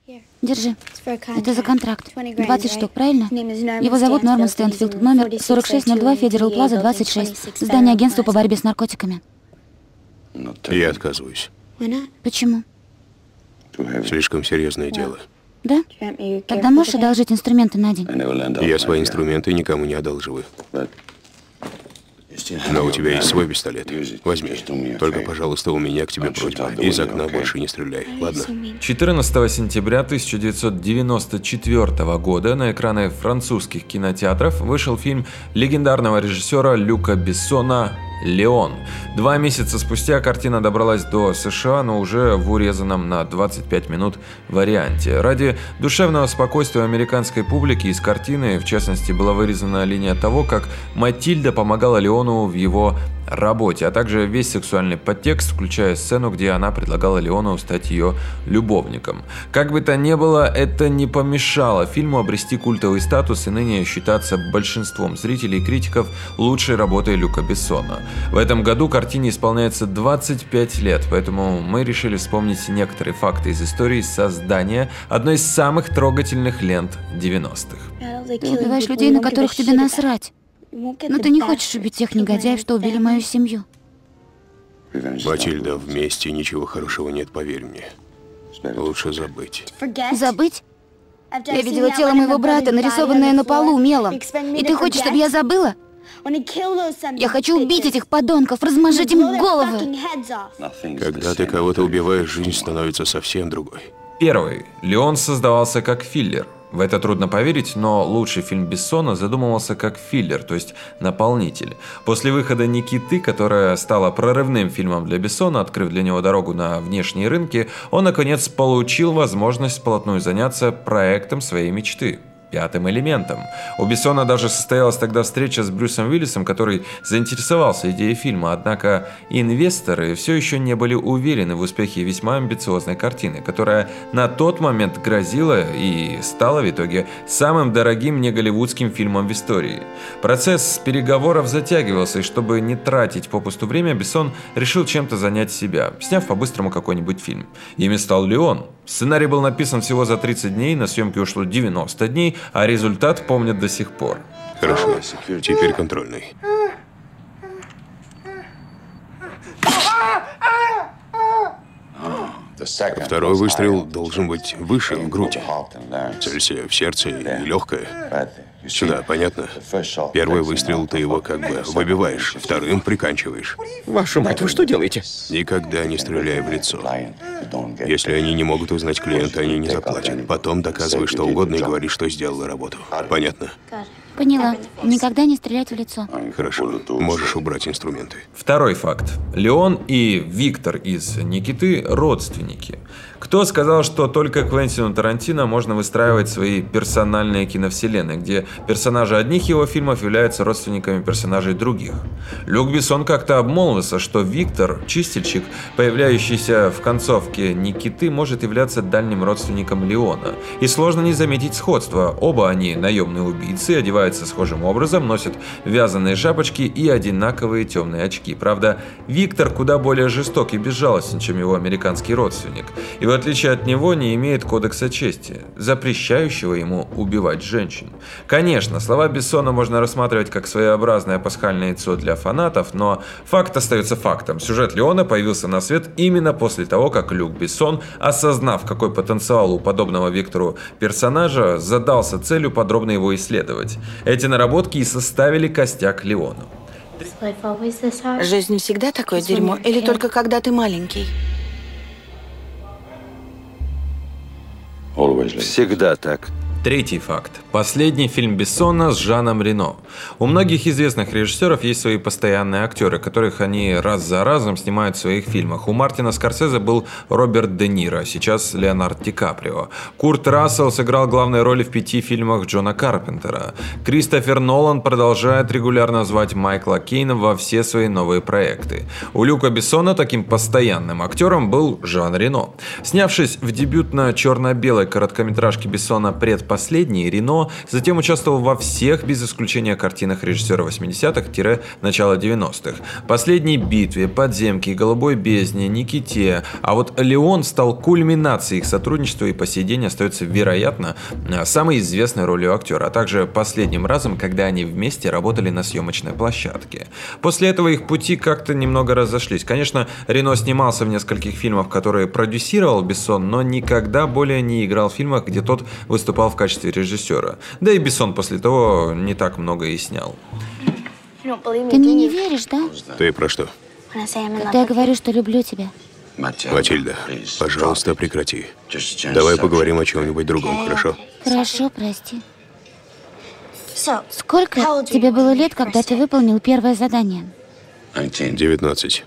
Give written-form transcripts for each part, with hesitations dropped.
Держи. Это за контракт. 20 штук, правильно? Его зовут Норман Стэнфилд. Номер 4602 Федерал Плаза 26. Здание агентства по борьбе с наркотиками. Я отказываюсь. Почему? Слишком серьезное дело. Да? Тогда можешь одолжить инструменты на день? Я свои инструменты никому не одалживаю. Но у тебя есть свой пистолет. Возьми. Только, пожалуйста, у меня к тебе просьба. Из окна больше не стреляй, ладно? 14 сентября 1994 года на экраны французских кинотеатров вышел фильм легендарного режиссера Люка Бессона «Леон». 2 месяца спустя картина добралась до США, но уже в урезанном на 25 минут варианте. Ради душевного спокойствия американской публики из картины, в частности, была вырезана линия того, как Матильда помогала Леону в его работе, а также весь сексуальный подтекст, включая сцену, где она предлагала Леону стать ее любовником. Как бы то ни было, это не помешало фильму обрести культовый статус и ныне считаться большинством зрителей и критиков лучшей работой Люка Бессона. В этом году картине исполняется 25 лет, поэтому мы решили вспомнить некоторые факты из истории создания одной из самых трогательных лент 90-х. Ты убиваешь людей, на которых тебе насрать. Но ты не хочешь убить тех негодяев, что убили мою семью. Матильда, вместе ничего хорошего нет, поверь мне. Лучше забыть. Забыть? Я видела тело моего брата, нарисованное на полу мелом. И ты хочешь, чтобы я забыла? Я хочу убить этих подонков, размажить им головы. Когда ты кого-то убиваешь, жизнь становится совсем другой. Первый. «Леон» создавался как филлер. В это трудно поверить, но лучший фильм Бессона задумывался как филлер, то есть наполнитель. После выхода «Никиты», которая стала прорывным фильмом для Бессона, открыв для него дорогу на внешние рынки, он наконец получил возможность вплотную заняться проектом своей мечты. «Пятым элементом». У Бессона даже состоялась тогда встреча с Брюсом Уиллисом, который заинтересовался идеей фильма, однако инвесторы все еще не были уверены в успехе весьма амбициозной картины, которая на тот момент грозила и стала в итоге самым дорогим неголливудским фильмом в истории. Процесс переговоров затягивался, и чтобы не тратить попусту время, Бессон решил чем-то занять себя, сняв по-быстрому какой-нибудь фильм. Ими стал «Леон». Сценарий был написан всего за 30 дней, на съемки ушло 90 дней, а результат помнят до сих пор. Хорошо, теперь контрольный. Второй выстрел должен быть выше, в грудь. Целься в сердце и легкое. Сюда, понятно? Первый выстрел ты его как бы выбиваешь, вторым приканчиваешь. Вашу мать, вы что делаете? Никогда не стреляй в лицо. Если они не могут узнать клиента, они не заплатят. Потом доказывай что угодно и говори, что сделала работу. Понятно? Поняла. Никогда не стрелять в лицо. Хорошо. Можешь убрать инструменты. Второй факт. Леон и Виктор из «Никиты» – родственники. Кто сказал, что только Квентину Тарантино можно выстраивать свои персональные киновселенные, где персонажи одних его фильмов являются родственниками персонажей других? Люк Бессон как-то обмолвился, что Виктор, чистильщик, появляющийся в концовке «Никиты», может являться дальним родственником Леона. И сложно не заметить сходство. Оба они наемные убийцы, одеваются схожим образом, носят вязаные шапочки и одинаковые темные очки. Правда, Виктор куда более жесток и безжалостен, чем его американский родственник. И в отличие от него не имеет кодекса чести, запрещающего ему убивать женщин. Конечно, слова Бессона можно рассматривать как своеобразное пасхальное яйцо для фанатов, но факт остается фактом. Сюжет Леона появился на свет именно после того, как Люк Бессон, осознав, какой потенциал у подобного Виктору персонажа, задался целью подробно его исследовать. Эти наработки и составили костяк Леону. Жизнь всегда такое дерьмо, или только когда ты маленький? Всегда так. Третий факт. Последний фильм Бессона с Жаном Рено. У многих известных режиссеров есть свои постоянные актеры, которых они раз за разом снимают в своих фильмах. У Мартина Скорсезе был Роберт Де Ниро, сейчас Леонардо Ди Каприо. Курт Рассел сыграл главные роли в 5 фильмах Джона Карпентера. Кристофер Нолан продолжает регулярно звать Майкла Кейна во все свои новые проекты. У Люка Бессона таким постоянным актером был Жан Рено. Снявшись в дебютно черно-белой короткометражке Бессона «Предпоследний», последний, Рено затем участвовал во всех, без исключения, картинах режиссера 80-х-начала 90-х. «Последней битве», «Подземке», «Голубой бездне», «Никите». А вот Леон стал кульминацией их сотрудничества и по сей день остается, вероятно, самой известной ролью актера, а также последним разом, когда они вместе работали на съемочной площадке. После этого их пути как-то немного разошлись. Конечно, Рено снимался в нескольких фильмах, которые продюсировал Бессон, но никогда более не играл в фильмах, где тот выступал в качестве режиссера. Да и Бессон после того не так много и снял. Ты мне не веришь, да? Ты про что? Когда я говорю, что люблю тебя. Матильда, пожалуйста, прекрати. Давай поговорим о чем-нибудь другом, хорошо? Хорошо, прости. Сколько тебе было лет, когда ты выполнил первое задание? 19.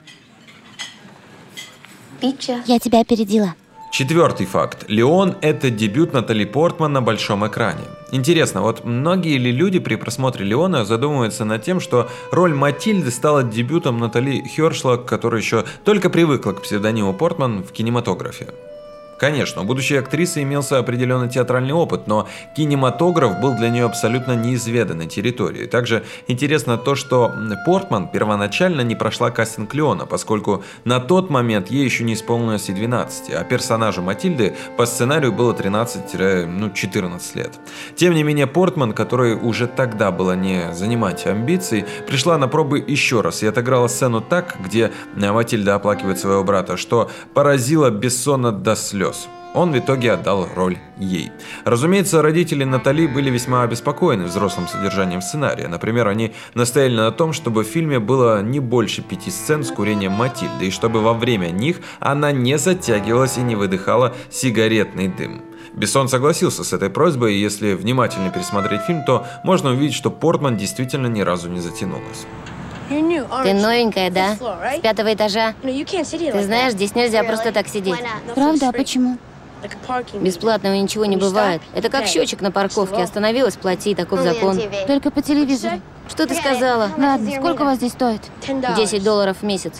Я тебя опередила. Четвертый факт. «Леон» — это дебют Натали Портман на большом экране. Интересно, вот многие ли люди при просмотре «Леона» задумываются над тем, что роль Матильды стала дебютом Натали Хёршлаг, которая еще только привыкла к псевдониму Портман в кинематографе? Конечно, у будущей актрисы имелся определенный театральный опыт, но кинематограф был для нее абсолютно неизведанной территорией. Также интересно то, что Портман первоначально не прошла кастинг Леона, поскольку на тот момент ей еще не исполнилось и 12, а персонажу Матильды по сценарию было 13-14 лет. Тем не менее, Портман, которой уже тогда было не занимать амбиций, пришла на пробы еще раз и отыграла сцену так, где Матильда оплакивает своего брата, что поразило Бессона до слез. Он в итоге отдал роль ей. Разумеется, родители Натали были весьма обеспокоены взрослым содержанием сценария. Например, они настояли на том, чтобы в фильме было не больше 5 сцен с курением Матильды, и чтобы во время них она не затягивалась и не выдыхала сигаретный дым. Бессон согласился с этой просьбой, и если внимательно пересмотреть фильм, то можно увидеть, что Портман действительно ни разу не затянулась. Ты новенькая, да? С 5-го этажа. Ты знаешь, здесь нельзя просто так сидеть. Правда? А почему? Бесплатного ничего не бывает. Это как счетчик на парковке. Остановилась, плати, таков закон. Только по телевизору. Что ты сказала? Ладно, сколько у вас здесь стоит? $10 в месяц.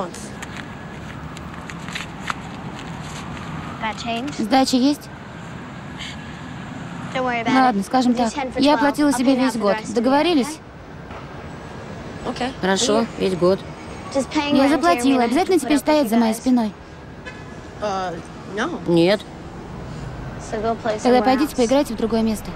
Сдача есть? Ладно, скажем так. Я оплатила себе весь год. Договорились? Хорошо, весь год. Я заплатила. Обязательно теперь стоять за моей спиной? Нет. Тогда пойдите поиграйте в другое место.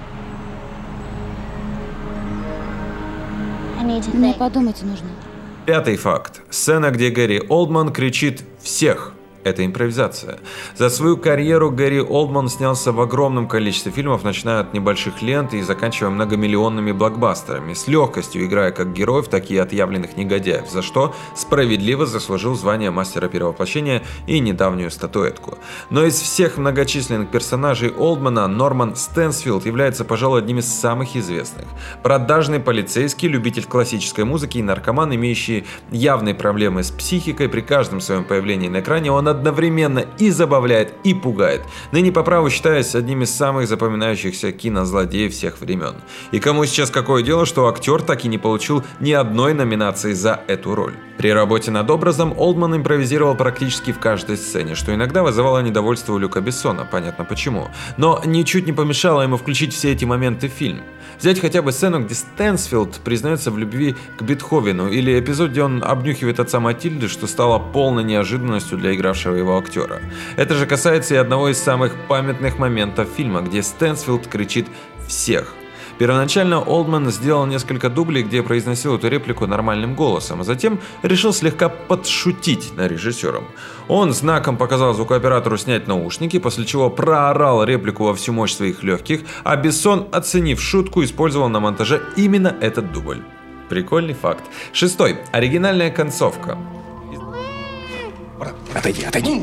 Мне подумать нужно. Пятый факт. Сцена, где Гэри Олдман кричит «Всех!». Это импровизация. За свою карьеру Гэри Олдман снялся в огромном количестве фильмов, начиная от небольших лент и заканчивая многомиллионными блокбастерами, с легкостью играя как героев, так и отъявленных негодяев, за что справедливо заслужил звание мастера перевоплощения и недавнюю статуэтку. Но из всех многочисленных персонажей Олдмана Норман Стэнсфилд является, пожалуй, одним из самых известных. Продажный полицейский, любитель классической музыки и наркоман, имеющий явные проблемы с психикой, при каждом своем появлении на экране он одновременно и забавляет, и пугает, ныне по праву считаясь одним из самых запоминающихся кинозлодеев всех времен. И кому сейчас какое дело, что актер так и не получил ни одной номинации за эту роль. При работе над образом Олдман импровизировал практически в каждой сцене, что иногда вызывало недовольство у Люка Бессона, понятно почему, но ничуть не помешало ему включить все эти моменты в фильм. Взять хотя бы сцену, где Стэнсфилд признается в любви к Бетховену, или эпизод, где он обнюхивает отца Матильды, что стало полной неожиданностью для игравшего его актера. Это же касается и одного из самых памятных моментов фильма, где Стэнсфилд кричит «Всех!». Первоначально Олдман сделал несколько дублей, где произносил эту реплику нормальным голосом, а затем решил слегка подшутить над режиссером. Он знаком показал звукооператору снять наушники, после чего проорал реплику во всю мощь своих легких, а Бессон, оценив шутку, использовал на монтаже именно этот дубль. Прикольный факт. Шестой. Оригинальная концовка. Отойди, отойди.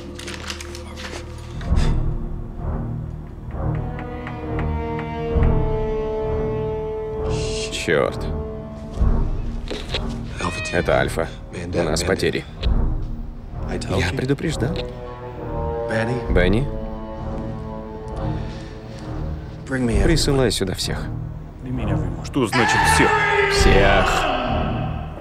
Черт. Это Альфа. У нас потери. Я предупреждал. Бенни? Присылай сюда всех. Что значит всех? Всех.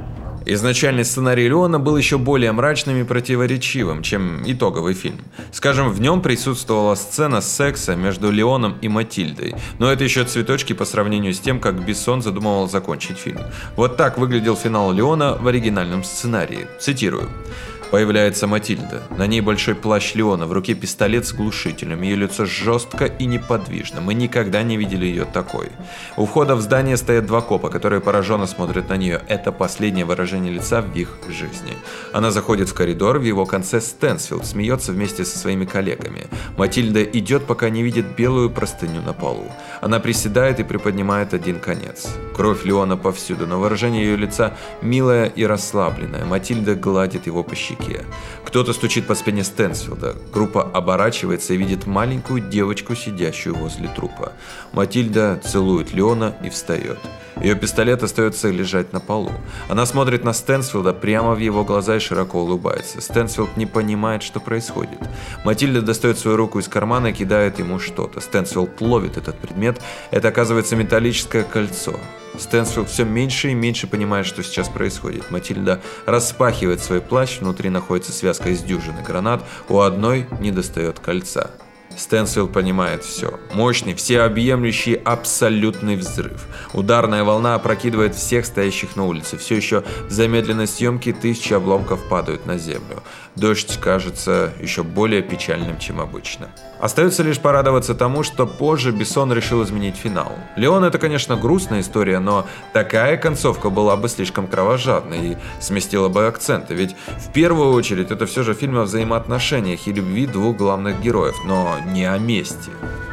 Изначальный сценарий Леона был еще более мрачным и противоречивым, чем итоговый фильм. Скажем, в нем присутствовала сцена секса между Леоном и Матильдой, но это еще цветочки по сравнению с тем, как Бессон задумывал закончить фильм. Вот так выглядел финал Леона в оригинальном сценарии. Цитирую. Появляется Матильда. На ней большой плащ Леона, в руке пистолет с глушителем. Ее лицо жестко и неподвижно. Мы никогда не видели ее такой. У входа в здание стоят два копа, которые пораженно смотрят на нее. Это последнее выражение лица в их жизни. Она заходит в коридор, в его конце Стэнсфилд смеется вместе со своими коллегами. Матильда идет, пока не видит белую простыню на полу. Она приседает и приподнимает один конец. Кровь Леона повсюду, но выражение ее лица милое и расслабленное. Матильда гладит его по щеке. Кто-то стучит по спине Стэнсфилда. Группа оборачивается и видит маленькую девочку, сидящую возле трупа. Матильда целует Леона и встает. Ее пистолет остается лежать на полу. Она смотрит на Стэнсфилда прямо в его глаза и широко улыбается. Стэнсфилд не понимает, что происходит. Матильда достает свою руку из кармана и кидает ему что-то. Стэнсфилд ловит этот предмет. Это оказывается металлическое кольцо. Стэнсфилд все меньше и меньше понимает, что сейчас происходит. Матильда распахивает свой плащ, внутри находится связка из дюжины гранат, у одной недостает кольца. Стэнсфилд понимает все. Мощный, всеобъемлющий, абсолютный взрыв. Ударная волна опрокидывает всех стоящих на улице. Все еще в замедленной съемке тысячи обломков падают на землю. Дождь кажется еще более печальным, чем обычно. Остается лишь порадоваться тому, что позже Бессон решил изменить финал. Леон — это, конечно, грустная история, но такая концовка была бы слишком кровожадной и сместила бы акценты. Ведь в первую очередь это все же фильм о взаимоотношениях и любви двух главных героев, но не о мести.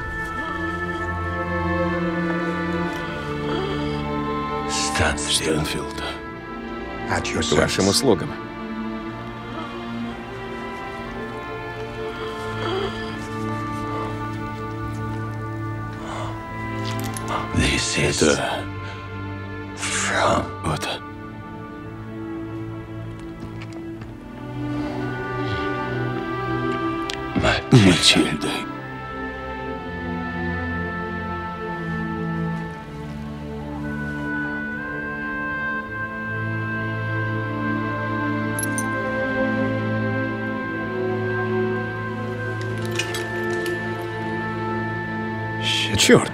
Стэнфилд. К вашим услугам. Это... Вот. Матильда. Черт!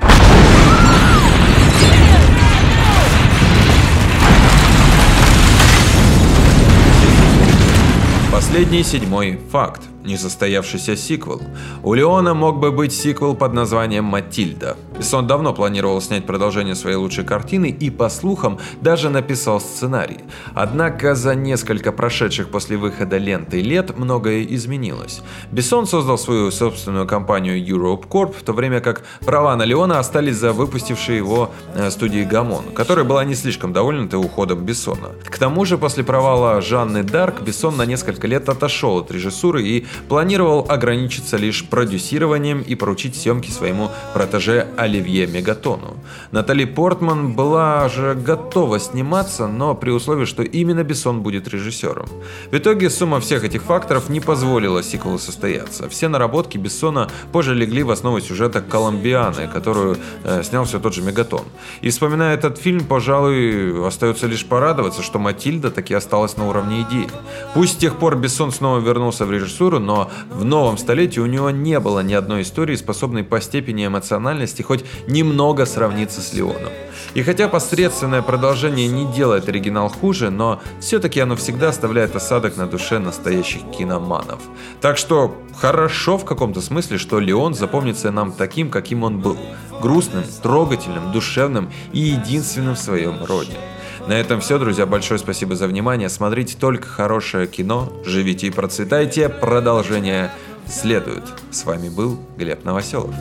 Последний, седьмой факт. Несостоявшийся сиквел. У Леона мог бы быть сиквел под названием «Матильда». Бессон давно планировал снять продолжение своей лучшей картины и, по слухам, даже написал сценарий. Однако за несколько прошедших после выхода ленты лет многое изменилось. Бессон создал свою собственную компанию Europe Corp, в то время как права на Леона остались за выпустившей его студией Гамон, которая была не слишком довольна уходом Бессона. К тому же, после провала Жанны Дарк, Бессон на несколько лет отошел от режиссуры и планировал ограничиться лишь продюсированием и поручить съемки своему протеже Оливье Мегатону. Натали Портман была же готова сниматься, но при условии, что именно Бессон будет режиссером. В итоге сумма всех этих факторов не позволила сиквелу состояться. Все наработки Бессона позже легли в основу сюжета «Коломбианы», которую снял все тот же Мегатон. И вспоминая этот фильм, пожалуй, остается лишь порадоваться, что Матильда таки осталась на уровне идеи. Пусть с тех пор Бессон снова вернулся в режиссуру, но в новом столетии у него не было ни одной истории, способной по степени эмоциональности хоть немного сравниться с Леоном. И хотя посредственное продолжение не делает оригинал хуже, но все-таки оно всегда оставляет осадок на душе настоящих киноманов. Так что хорошо в каком-то смысле, что Леон запомнится нам таким, каким он был. Грустным, трогательным, душевным и единственным в своем роде. На этом все, друзья. Большое спасибо за внимание. Смотрите только хорошее кино, живите и процветайте. Продолжение следует. С вами был Глеб Новоселов.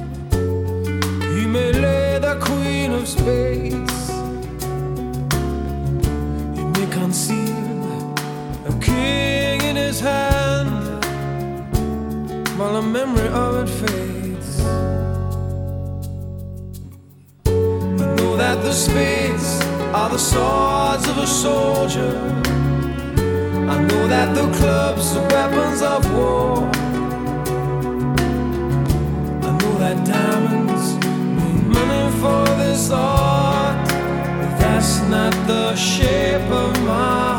Are the swords of a soldier. I know that the clubs are weapons of war. I know that diamonds mean money for this art, but that's not the shape of my